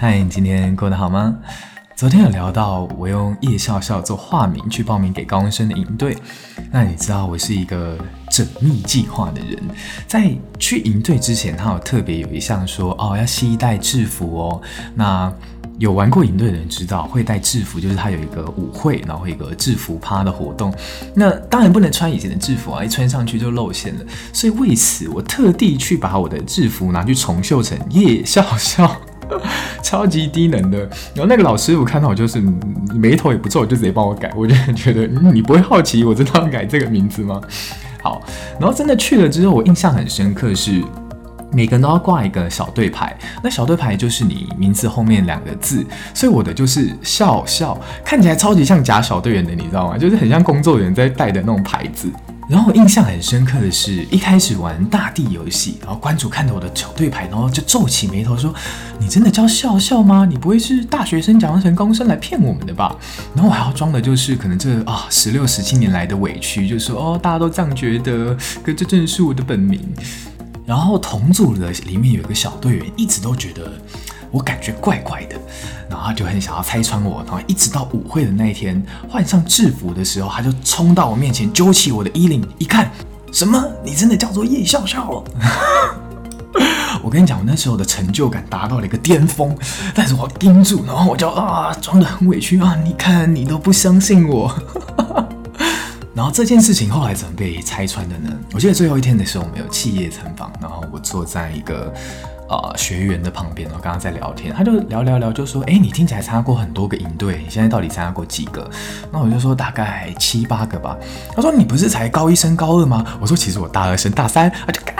嗨，你今天过得好吗？昨天有聊到我用叶笑笑做化名去报名给高中生的营队，那你知道我是一个缜密计划的人，在去营队之前，他有特别有一项说要携带制服哦。那有玩过营队的人知道，会带制服就是他有一个舞会，然后会有一个制服趴的活动。那当然不能穿以前的制服啊，一穿上去就露馅了。所以为此，我特地去把我的制服拿去重绣成叶笑笑。超级低能的，然后那个老师我看到我就是眉头也不皱，就直接帮我改。我就觉得你不会好奇我真的要改这个名字吗？好，然后真的去了之后，我印象很深刻是每个人都要挂一个小队牌，那小队牌就是你名字后面2个字，所以我的就是笑笑，看起来超级像假小队员的，你知道吗？就是很像工作人员在带的那种牌子。然后我印象很深刻的是，一开始玩大地游戏，然后关主看着我的小队牌，然后就皱起眉头说：“你真的叫笑笑吗？你不会是大学生假装成高中生来骗我们的吧？”然后我还要装的就是可能这16、17年来的委屈，就说大家都这样觉得，可这真的是我的本名。然后同组的里面有一个小队员，一直都觉得我感觉怪怪的，然后他就很想要拆穿我，然后一直到舞会的那一天换上制服的时候，他就冲到我面前，揪起我的衣领，一看，什么？你真的叫做叶笑笑哦？我跟你讲，我那时候的成就感达到了一个巅峰，但是我盯住，然后我就装得很委屈你看你都不相信我。然后这件事情后来怎么被拆穿的呢？我记得最后一天的时候，我们有企业参访，然后我坐在一个学员的旁边，我刚刚在聊天，他就聊，就说：“你听起来参加过很多个营队，你现在到底参加过几个？”那我就说大概7、8个吧。他说：“你不是才高1升高2吗？”我说：“其实我大2升大3。”他就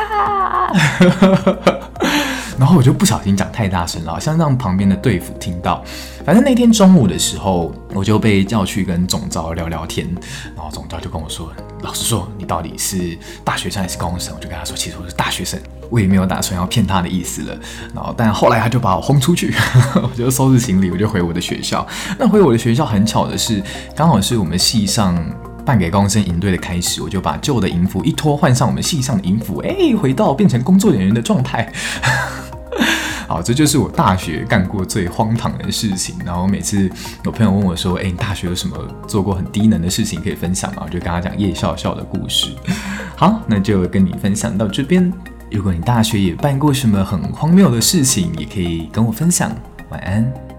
然后我就不小心讲太大声了，好像让旁边的队服听到。反正那天中午的时候，我就被叫去跟总召聊天，然后总召就跟我说：“老实说，你到底是大学生还是高中生？”我就跟他说：“其实我是大学生。”我也没有打算要骗他的意思了。然后，但后来他就把我轰出去，我就收拾行李，我就回我的学校。那回我的学校很巧的是，刚好是我们系上办给高中生营队的开始，我就把旧的营服一脱，换上我们系上的营服，回到变成工作人员的状态。好，这就是我大学干过最荒唐的事情。然后每次有朋友问我说：“你大学有什么做过很低能的事情可以分享吗？”我就跟他讲叶笑笑的故事。好，那就跟你分享到这边。如果你大学也办过什么很荒谬的事情，也可以跟我分享。晚安。